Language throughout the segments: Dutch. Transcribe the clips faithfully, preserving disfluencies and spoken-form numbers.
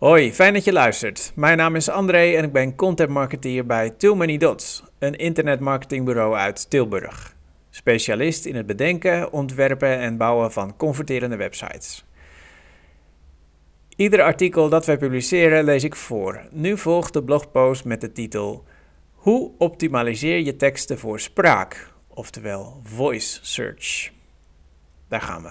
Hoi, fijn dat je luistert. Mijn naam is André en ik ben content marketeer bij Too Many Dots, een internetmarketingbureau uit Tilburg. Specialist in het bedenken, ontwerpen en bouwen van converterende websites. Ieder artikel dat wij publiceren lees ik voor. Nu volgt de blogpost met de titel Hoe optimaliseer je teksten voor spraak, oftewel voice search. Daar gaan we.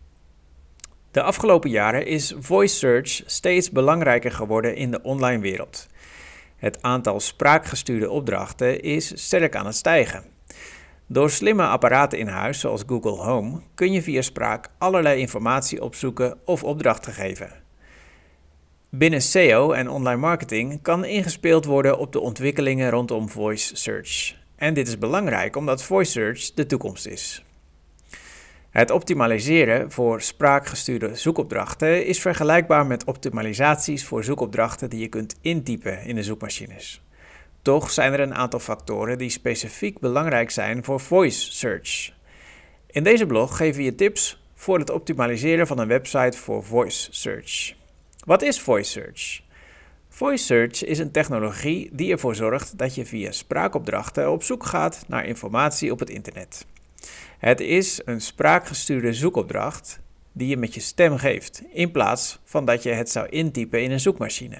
De afgelopen jaren is voice search steeds belangrijker geworden in de online wereld. Het aantal spraakgestuurde opdrachten is sterk aan het stijgen. Door slimme apparaten in huis, zoals Google Home, kun je via spraak allerlei informatie opzoeken of opdrachten geven. Binnen S E O en online marketing kan ingespeeld worden op de ontwikkelingen rondom voice search. En dit is belangrijk omdat voice search de toekomst is. Het optimaliseren voor spraakgestuurde zoekopdrachten is vergelijkbaar met optimalisaties voor zoekopdrachten die je kunt intypen in de zoekmachines. Toch zijn er een aantal factoren die specifiek belangrijk zijn voor voice search. In deze blog geven we je tips voor het optimaliseren van een website voor voice search. Wat is voice search? Voice search is een technologie die ervoor zorgt dat je via spraakopdrachten op zoek gaat naar informatie op het internet. Het is een spraakgestuurde zoekopdracht die je met je stem geeft, in plaats van dat je het zou intypen in een zoekmachine.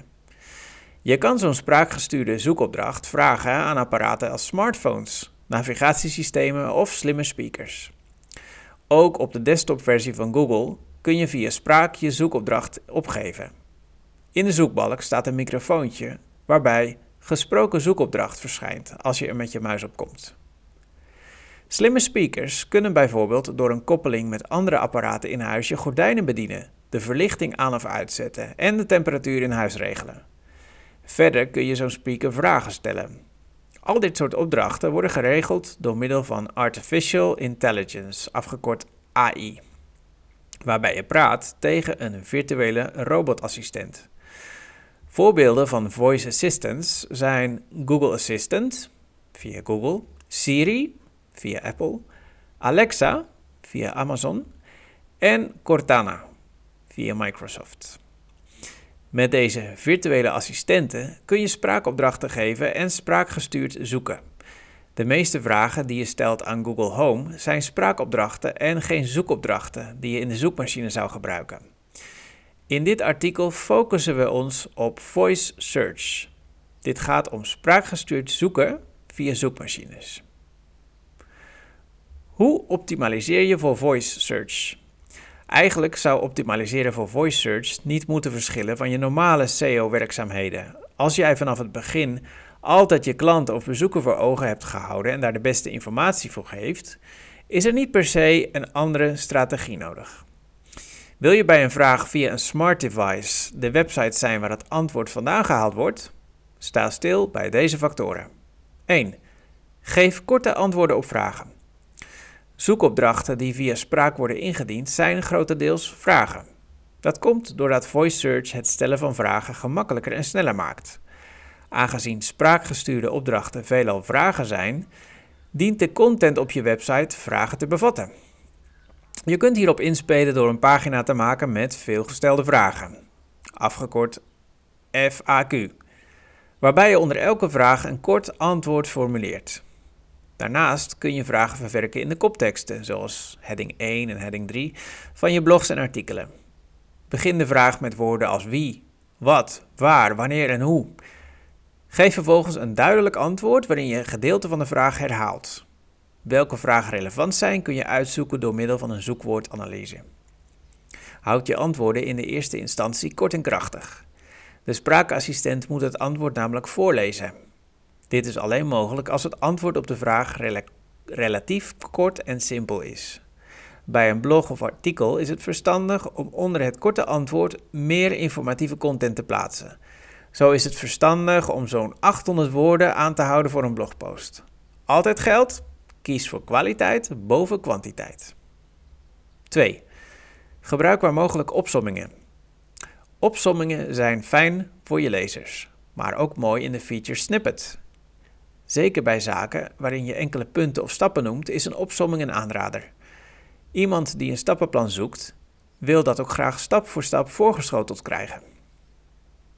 Je kan zo'n spraakgestuurde zoekopdracht vragen aan apparaten als smartphones, navigatiesystemen of slimme speakers. Ook op de desktopversie van Google kun je via spraak je zoekopdracht opgeven. In de zoekbalk staat een microfoontje waarbij gesproken zoekopdracht verschijnt als je er met je muis op komt. Slimme speakers kunnen bijvoorbeeld door een koppeling met andere apparaten in huis je gordijnen bedienen, de verlichting aan of uitzetten en de temperatuur in huis regelen. Verder kun je zo'n speaker vragen stellen. Al dit soort opdrachten worden geregeld door middel van Artificial Intelligence, afgekort A I, waarbij je praat tegen een virtuele robotassistent. Voorbeelden van voice assistants zijn Google Assistant via Google, Siri via Apple, Alexa via Amazon en Cortana via Microsoft. Met deze virtuele assistenten kun je spraakopdrachten geven en spraakgestuurd zoeken. De meeste vragen die je stelt aan Google Home zijn spraakopdrachten en geen zoekopdrachten die je in de zoekmachine zou gebruiken. In dit artikel focussen we ons op voice search. Dit gaat om spraakgestuurd zoeken via zoekmachines. Hoe optimaliseer je voor voice search? Eigenlijk zou optimaliseren voor voice search niet moeten verschillen van je normale S E O-werkzaamheden. Als jij vanaf het begin altijd je klant of bezoeker voor ogen hebt gehouden en daar de beste informatie voor geeft, is er niet per se een andere strategie nodig. Wil je bij een vraag via een smart device de website zijn waar het antwoord vandaan gehaald wordt? Sta stil bij deze factoren. één. Geef korte antwoorden op vragen. Zoekopdrachten die via spraak worden ingediend zijn grotendeels vragen. Dat komt doordat voice search het stellen van vragen gemakkelijker en sneller maakt. Aangezien spraakgestuurde opdrachten veelal vragen zijn, dient de content op je website vragen te bevatten. Je kunt hierop inspelen door een pagina te maken met veelgestelde vragen, afgekort F A Q, waarbij je onder elke vraag een kort antwoord formuleert. Daarnaast kun je vragen verwerken in de kopteksten, zoals heading één en heading drie van je blogs en artikelen. Begin de vraag met woorden als wie, wat, waar, wanneer en hoe. Geef vervolgens een duidelijk antwoord waarin je een gedeelte van de vraag herhaalt. Welke vragen relevant zijn kun je uitzoeken door middel van een zoekwoordanalyse. Houd je antwoorden in de eerste instantie kort en krachtig. De spraakassistent moet het antwoord namelijk voorlezen. Dit is alleen mogelijk als het antwoord op de vraag rela- relatief kort en simpel is. Bij een blog of artikel is het verstandig om onder het korte antwoord meer informatieve content te plaatsen. Zo is het verstandig om zo'n achthonderd woorden aan te houden voor een blogpost. Altijd geldt, kies voor kwaliteit boven kwantiteit. twee. Gebruik waar mogelijk opsommingen. Opsommingen zijn fijn voor je lezers, maar ook mooi in de feature snippet. Zeker bij zaken waarin je enkele punten of stappen noemt, is een opsomming een aanrader. Iemand die een stappenplan zoekt, wil dat ook graag stap voor stap voorgeschoteld krijgen.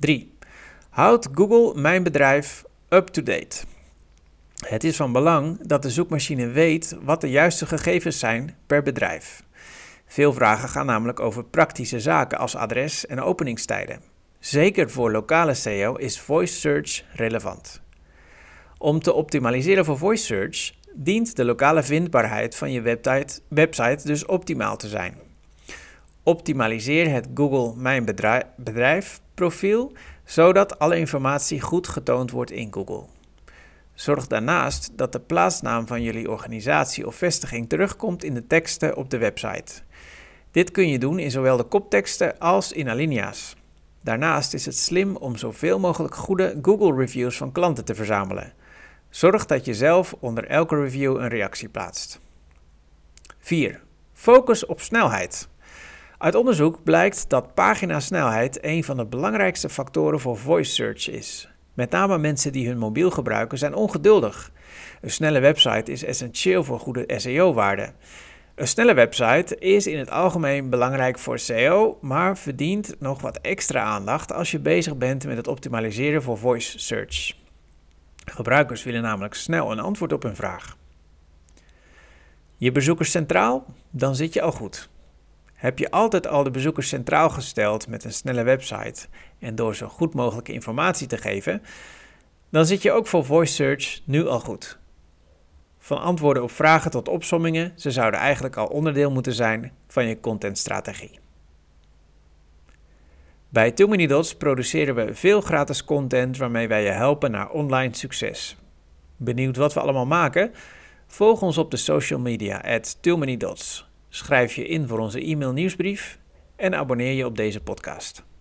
drie. Houd Google Mijn Bedrijf up-to-date. Het is van belang dat de zoekmachine weet wat de juiste gegevens zijn per bedrijf. Veel vragen gaan namelijk over praktische zaken als adres en openingstijden. Zeker voor lokale S E O is voice search relevant. Om te optimaliseren voor voice search dient de lokale vindbaarheid van je website, website dus optimaal te zijn. Optimaliseer het Google Mijn Bedrijf, bedrijf profiel, zodat alle informatie goed getoond wordt in Google. Zorg daarnaast dat de plaatsnaam van jullie organisatie of vestiging terugkomt in de teksten op de website. Dit kun je doen in zowel de kopteksten als in alinea's. Daarnaast is het slim om zoveel mogelijk goede Google reviews van klanten te verzamelen. Zorg dat je zelf onder elke review een reactie plaatst. vier. Focus op snelheid. Uit onderzoek blijkt dat paginasnelheid een van de belangrijkste factoren voor voice search is. Met name mensen die hun mobiel gebruiken zijn ongeduldig. Een snelle website is essentieel voor goede S E O-waarde. Een snelle website is in het algemeen belangrijk voor S E O, maar verdient nog wat extra aandacht als je bezig bent met het optimaliseren voor voice search. Gebruikers willen namelijk snel een antwoord op hun vraag. Je bezoekers centraal? Dan zit je al goed. Heb je altijd al de bezoekers centraal gesteld met een snelle website en door zo goed mogelijke informatie te geven, dan zit je ook voor voice search nu al goed. Van antwoorden op vragen tot opsommingen, ze zouden eigenlijk al onderdeel moeten zijn van je contentstrategie. Bij Too Many Dots produceren we veel gratis content waarmee wij je helpen naar online succes. Benieuwd wat we allemaal maken? Volg ons op de social media at Too Many Dots. Schrijf je in voor onze e-mail nieuwsbrief en abonneer je op deze podcast.